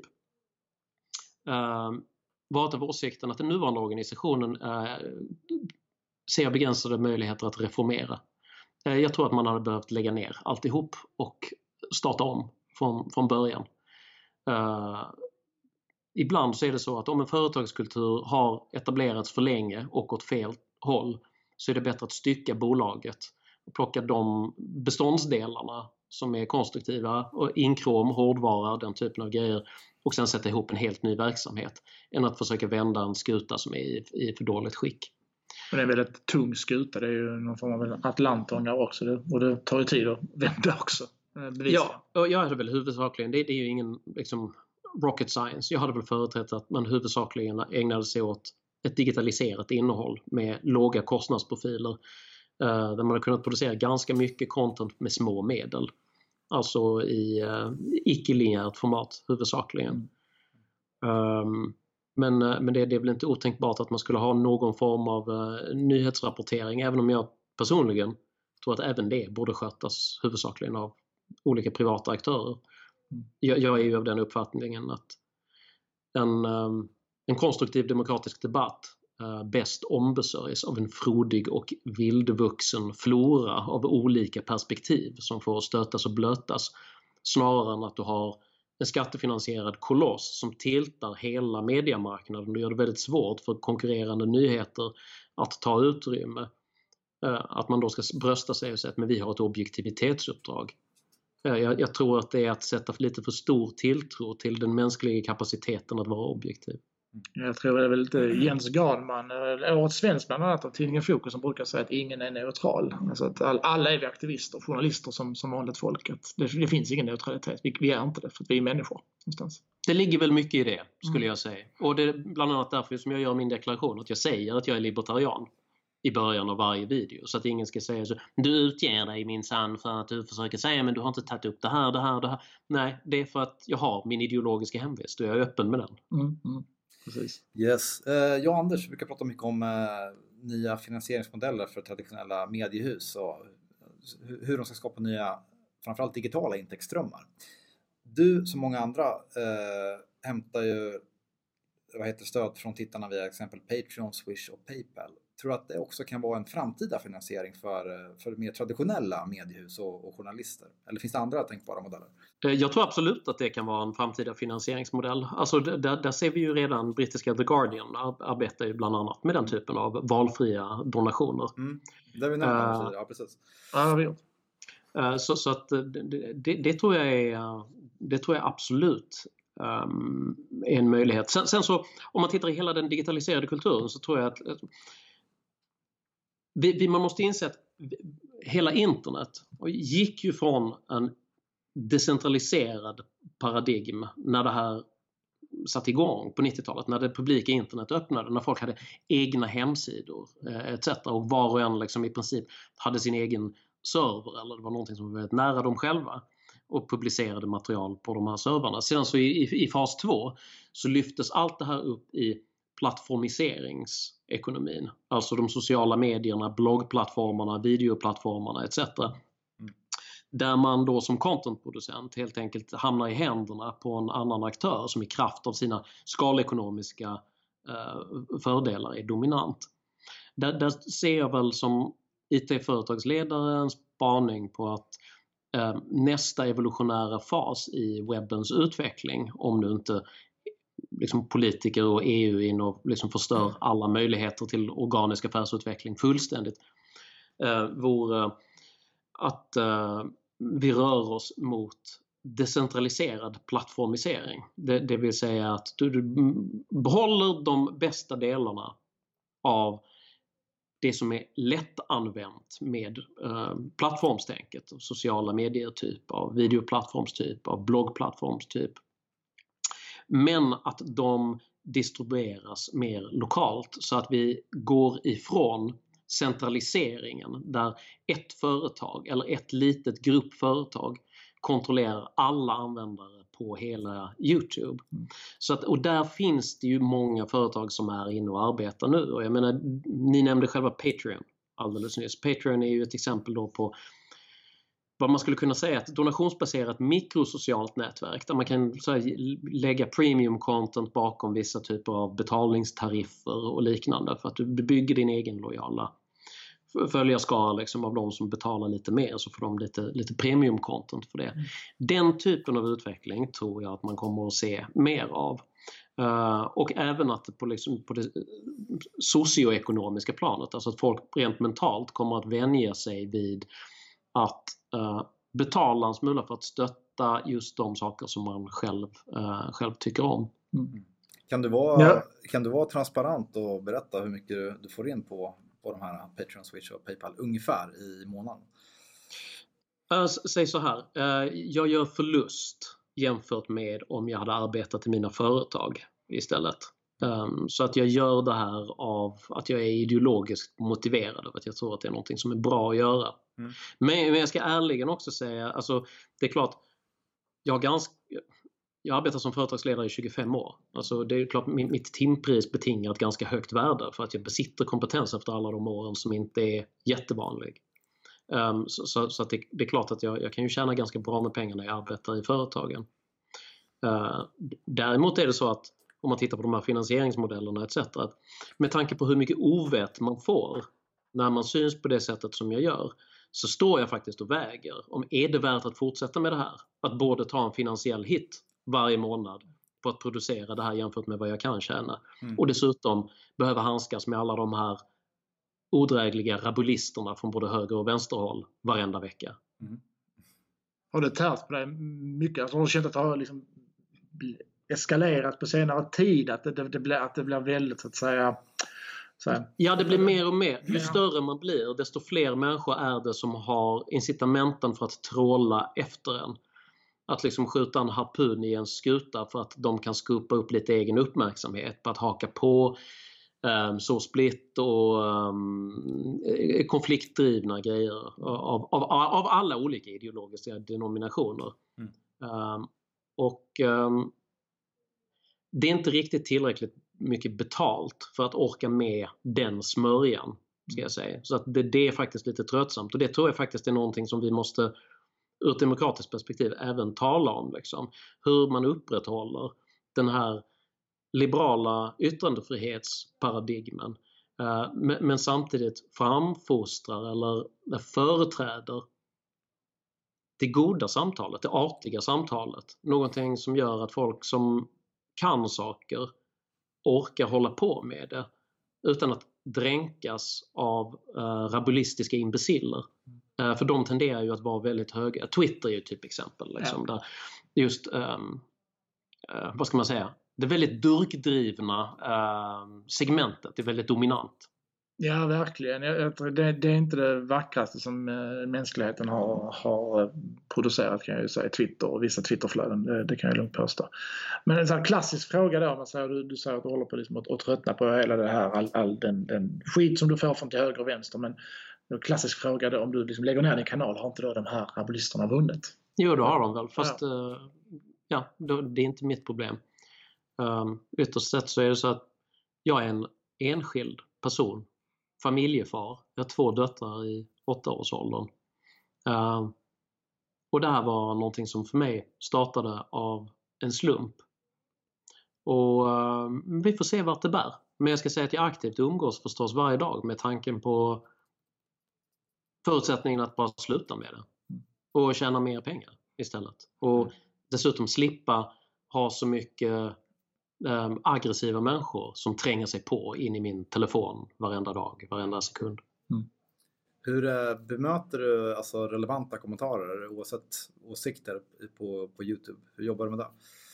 varit av åsikten att den nuvarande organisationen ser begränsade möjligheter att reformera. Jag tror att man hade behövt lägga ner alltihop och starta om från början. Ibland så är det så att om en företagskultur har etablerats för länge och åt fel håll, så är det bättre att stycka bolaget och plocka de beståndsdelarna som är konstruktiva, och inkrom, hårdvara, den typen av grejer, och sen sätta ihop en helt ny verksamhet, än att försöka vända en skuta som är i för dåligt skick. Men det är en väldigt tung skuta, det är ju någon form av atlantångar också, och det tar ju tid att vända också. Ja, och jag hade väl huvudsakligen, det är ju ingen liksom rocket science, jag hade väl företrätt att man huvudsakligen ägnade sig åt ett digitaliserat innehåll med låga kostnadsprofiler, där man har kunnat producera ganska mycket content med små medel. Alltså i icke-linjärt format huvudsakligen. Men det är väl inte otänkbart att man skulle ha någon form av nyhetsrapportering, även om jag personligen tror att även det borde skötas huvudsakligen av olika privata aktörer. Jag är ju av den uppfattningen att en konstruktiv demokratisk debatt bäst ombesörjs av en frodig och vildvuxen flora av olika perspektiv som får stötas och blötas, snarare än att du har en skattefinansierad koloss som tiltar hela mediemarknaden och gör det väldigt svårt för konkurrerande nyheter att ta utrymme. Att man då ska brösta sig och säga att vi har ett objektivitetsuppdrag. Jag tror att det är att sätta lite för stor tilltro till den mänskliga kapaciteten att vara objektiv. Jag tror det är väl lite Jens Granman, årets svensk bland annat, av tidningen Fokus, som brukar säga att ingen är neutral. Alltså att alla är vi aktivister, journalister som vanligt folk. Att det finns ingen neutralitet. Vi är inte det, för att vi är människor någonstans. Det ligger väl mycket i det, skulle jag säga. Och det är bland annat därför som jag gör min deklaration, att jag säger att jag är libertarian i början av varje video, så att ingen ska säga så: du utger dig minsann för att du försöker säga, men du har inte tagit upp det här. Nej, det är för att jag har min ideologiska hemvist och jag är öppen med den. Precis. Yes. Jag och Anders brukar prata mycket om nya finansieringsmodeller för traditionella mediehus och hur de ska skapa nya, framförallt digitala intäktsströmmar. Du som många andra hämtar ju stöd från tittarna via exempel Patreon, Swish och PayPal. Tror du att det också kan vara en framtida finansiering för mer traditionella mediehus och journalister? Eller finns det andra tänkbara modeller? Jag tror absolut att det kan vara en framtida finansieringsmodell. Alltså där ser vi ju redan, brittiska The Guardian arbetar ju bland annat med den typen av valfria donationer. Det vi nämnde, ja precis. Ja, vi gjort. Så att det tror jag absolut är en möjlighet. Sen så, om man tittar i hela den digitaliserade kulturen, så tror jag att man måste inse att hela internet gick ju från en decentraliserad paradigm när det här satt igång på 90-talet, när det publika internet öppnade, när folk hade egna hemsidor etc. och var och en liksom i princip hade sin egen server, eller det var någonting som var väldigt nära dem själva, och publicerade material på de här servrarna. Sedan så i fas 2 så lyftes allt det här upp i plattformiseringsekonomin, alltså de sociala medierna, bloggplattformarna, videoplattformarna etc. Där man då som contentproducent helt enkelt hamnar i händerna på en annan aktör som i kraft av sina skalekonomiska fördelar är dominant. Där ser jag väl som IT-företagsledare en spaning på att nästa evolutionära fas i webbens utveckling, om nu inte liksom politiker och EU in och liksom förstör alla möjligheter till organisk affärsutveckling fullständigt, vore att vi rör oss mot decentraliserad plattformisering. Det vill säga att du behåller de bästa delarna av det som är lättanvänt med plattformstänket, sociala medier-typ, av videoplattformstyp, av bloggplattformstyp. Men att de distribueras mer lokalt så att vi går ifrån centraliseringen där ett företag eller ett litet gruppföretag kontrollerar alla användare på hela YouTube. Så att, och där finns det ju många företag som är inne och arbetar nu. Och jag menar, ni nämnde själva Patreon alldeles nyss. Patreon är ju ett exempel då på vad man skulle kunna säga ett donationsbaserat mikrosocialt nätverk där man kan så här, lägga premium content bakom vissa typer av betalningstariffer och liknande för att du bygger din egen lojala följarskara liksom av de som betalar lite mer, så får de lite premium content för det. Den typen av utveckling tror jag att man kommer att se mer av. Och även att på det socioekonomiska planet, alltså att folk rent mentalt kommer att vänja sig vid att betala en smula för att stötta just de saker som man själv tycker om. Kan du vara transparent och berätta hur mycket du får in på de här Patreon, Switch och PayPal ungefär i månaden? Säg så här, jag gör förlust jämfört med om jag hade arbetat i mina företag istället. Så att jag gör det här av att jag är ideologiskt motiverad av att jag tror att det är någonting som är bra att göra. Men jag ska ärligen också säga, alltså det är klart, jag arbetar som företagsledare i 25 år. Alltså det är klart mitt timpris betingar ett ganska högt värde för att jag besitter kompetens efter alla de åren som inte är jättevanlig. Så att det är klart att jag kan ju tjäna ganska bra med pengar när jag arbetar i företagen. Däremot är det så att om man tittar på de här finansieringsmodellerna etc. Med tanke på hur mycket ovett man får när man syns på det sättet som jag gör, så står jag faktiskt och väger om är det värt att fortsätta med det här. Att både ta en finansiell hit varje månad på att producera det här jämfört med vad jag kan tjäna. Och dessutom behöva handskas med alla de här odrägliga rabulisterna från både höger och vänsterhåll varenda vecka. Har det tärt på dig mycket? Alltså, har du känt att det har liksom eskalerat på senare tid? Att det blir väldigt så att säga... Ja, det blir mer och mer. Ju större man blir, desto fler människor är det som har incitamenten för att tråla efter en. Att liksom skjuta en harpun i en skuta för att de kan skupa upp lite egen uppmärksamhet på att haka på så split och konfliktdrivna grejer av alla olika ideologiska denominationer. Det är inte riktigt tillräckligt mycket betalt för att orka med den smörjan, ska jag säga. Så att det är faktiskt lite tröttsamt, och det tror jag faktiskt är någonting som vi måste ur ett demokratiskt perspektiv även tala om. Liksom. Hur man upprätthåller den här liberala yttrandefrihetsparadigmen men samtidigt framfostrar eller företräder det goda samtalet, det artiga samtalet. Någonting som gör att folk som kan saker orkar hålla på med det utan att dränkas av rabulistiska imbeciller. För de tenderar ju att vara väldigt höga. Twitter är ju typ exempel. Liksom, där just, vad ska man säga, det väldigt durkdrivna segmentet är väldigt dominant. Ja, verkligen. Det är inte det vackraste som mänskligheten har producerat, kan jag ju säga. Twitter och vissa Twitterflöden, det kan jag lugnt påstå. Men en sån här klassisk fråga då, man säger, du säger att du håller på liksom att tröttna på hela det här, all den skit som du får från till höger och vänster. Men en klassisk fråga då, om du liksom lägger ner din kanal, har inte då de här abolisterna vunnit? Jo, det har de väl. Fast det är inte mitt problem. Ytterst sett så är det så att jag är en enskild person. Familjefar. Jag har 2 döttrar i 8-årsåldern. Och det här var någonting som för mig startade av en slump. Och vi får se vart det bär. Men jag ska säga att jag aktivt umgås förstås varje dag med tanken på förutsättningen att bara sluta med det. Och tjäna mer pengar istället. Och dessutom slippa ha så mycket aggressiva människor som tränger sig på in i min telefon varenda dag, varenda sekund. Hur bemöter du alltså relevanta kommentarer oavsett åsikter på YouTube? Hur jobbar du med det?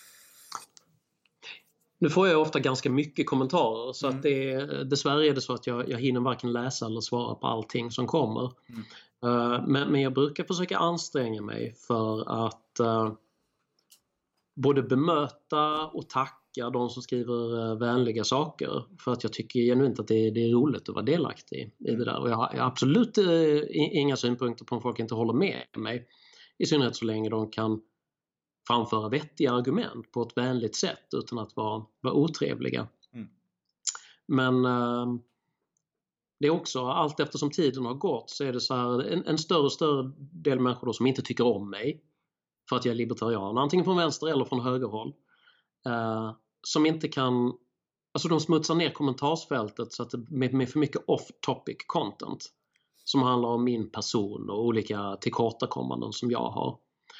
Nu får jag ofta ganska mycket kommentarer så att dessvärre är det så att jag hinner varken läsa eller svara på allting som kommer. Men jag brukar försöka anstränga mig för att både bemöta och tacka de som skriver vänliga saker, för att jag tycker genuint att det är roligt att vara delaktig i det där. Och jag har absolut inga synpunkter på om folk inte håller med mig, i synnerhet så länge de kan framföra vettiga argument på ett vänligt sätt utan att vara otrevliga. Men det är också, allt eftersom tiden har gått, så är det så här, en större och större del människor då som inte tycker om mig för att jag är libertarian, antingen från vänster eller från högerhåll, som inte kan, alltså de smutsar ner kommentarsfältet så att med för mycket off-topic content som handlar om min person och olika tillkortakommanden som jag har.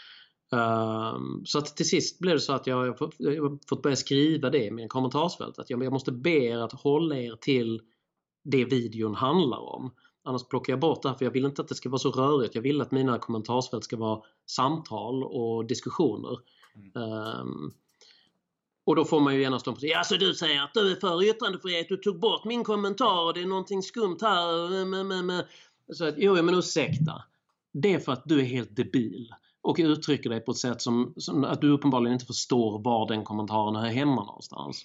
Så att till sist blev det så att jag har fått börja skriva det i min kommentarsfält, att jag måste be er att hålla er till det videon handlar om. Annars plockar jag bort det här, för jag vill inte att det ska vara så rörigt. Jag vill att mina kommentarsfält ska vara samtal och diskussioner. Och då får man ju genast på sig, alltså du säger att du är för yttrandefrihet, du tog bort min kommentar och det är någonting skumt här. Så att, jo men ursäkta. Det är för att du är helt debil och uttrycker dig på ett sätt som att du uppenbarligen inte förstår var den kommentaren hör hemma någonstans.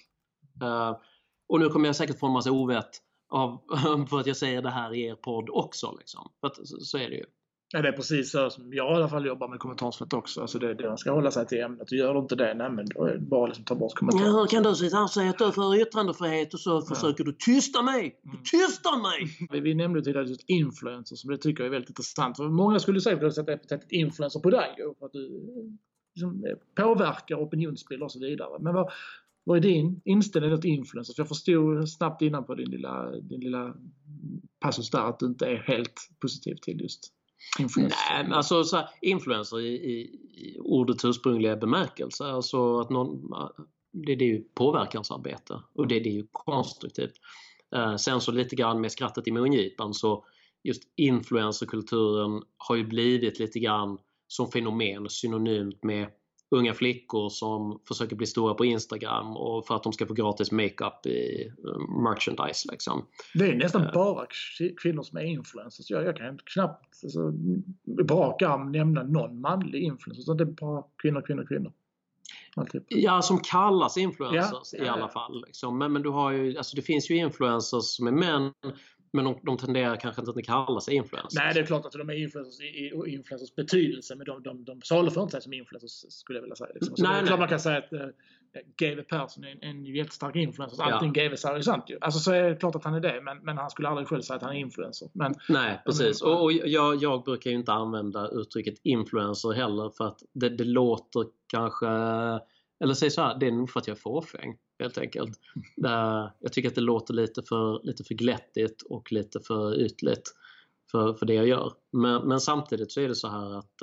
Och nu kommer jag säkert få en massa ovett för att jag säger det här i er podd också. Liksom. För att, så är det ju. Ja, det är precis så som jag i alla fall jobbar med kommentarsfält också. Alltså man ska hålla sig till ämnet. Och gör du inte det, nej, men då är det bara liksom ta bort kommentarer. Ja, hur kan du sitta och säga att du är för yttrandefrihet och så försöker du tysta mig? Du tystar mig! Vi nämnde tidigare just influencers, som det tycker jag är väldigt intressant. För många skulle säga att du sätter epitetet influencer på dig för att du liksom påverkar opinionsbilder och så vidare. Men vad är din inställning till influencers? Jag förstod snabbt innan på din lilla passus där att du inte är helt positiv till just influencer. Nej, men alltså så här, influencer i ordets ursprungliga bemärkelse, alltså att det är ju påverkansarbete och det är ju konstruktivt. Sen så lite grann med skrattet i mungipan, så just influencerkulturen har ju blivit lite grann som fenomen synonymt med unga flickor som försöker bli stora på Instagram och för att de ska få gratis makeup i merchandise liksom. Det är nästan bara kvinnor som är influencers. Jag kan knappt bra arm nämna någon manlig influencer, så det är bara kvinnor. Alltid. Ja, som kallas influencers i alla fall liksom. Men du har ju, alltså det finns ju influencers som är män, men de tenderar kanske inte att kalla sig influencers. Nej, det är klart att de är influencers i influencers betydelse, men de saluför inte sig som influencers, skulle jag vilja säga. Liksom. Nej. Det är klart man kan säga att GW Persson är en jättestark influencer. Allting GW säger är sant ju. Alltså så är det klart att han är det, men han skulle aldrig själv säga att han är influencer. Nej, precis. Och jag brukar ju inte använda uttrycket influencer heller, för att det låter kanske, eller säg så här, det är nog för att jag är fåfäng helt enkelt. Jag tycker att det låter lite för glättigt och lite för ytligt för det jag gör. Men samtidigt så är det så här att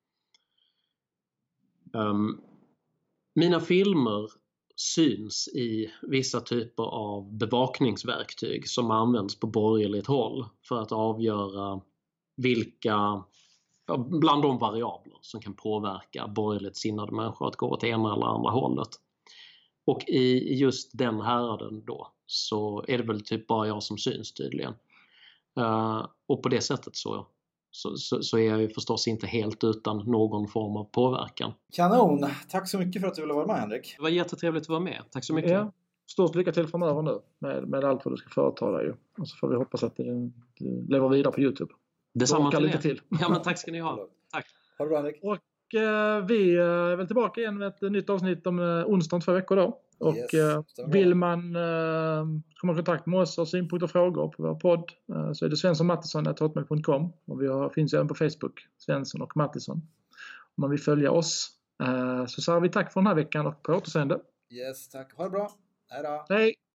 mina filmer syns i vissa typer av bevakningsverktyg som används på borgerligt håll för att avgöra vilka, bland de variabler som kan påverka borgerligt sinnade människor att gå åt ena eller andra hållet. Och i just den häraden då så är det väl typ bara jag som syns tydligen. Och på det sättet så är jag ju förstås inte helt utan någon form av påverkan. Kanon! Tack så mycket för att du ville vara med, Henrik. Det var jättetrevligt att vara med. Tack så mycket. Ja. Stort lycka till framöver nu med allt vad du ska företa dig. Och så får vi hoppas att du lever vidare på YouTube. Detsamma till lite er. till. Ja, men tack ska ni ha. Tack. Ha det bra, Henrik. Och vi är väl tillbaka igen med ett nytt avsnitt om onsdag om 2 veckor då. Och vill man komma i kontakt med oss och synpunkter och frågor på vår podd så är det svenssonmattisson@hotmail.com och vi finns även på Facebook, Svensson och Mattisson. Om man vill följa oss så säger vi tack för den här veckan och på återseende. Yes, tack. Ha det bra. Hej då. Hej!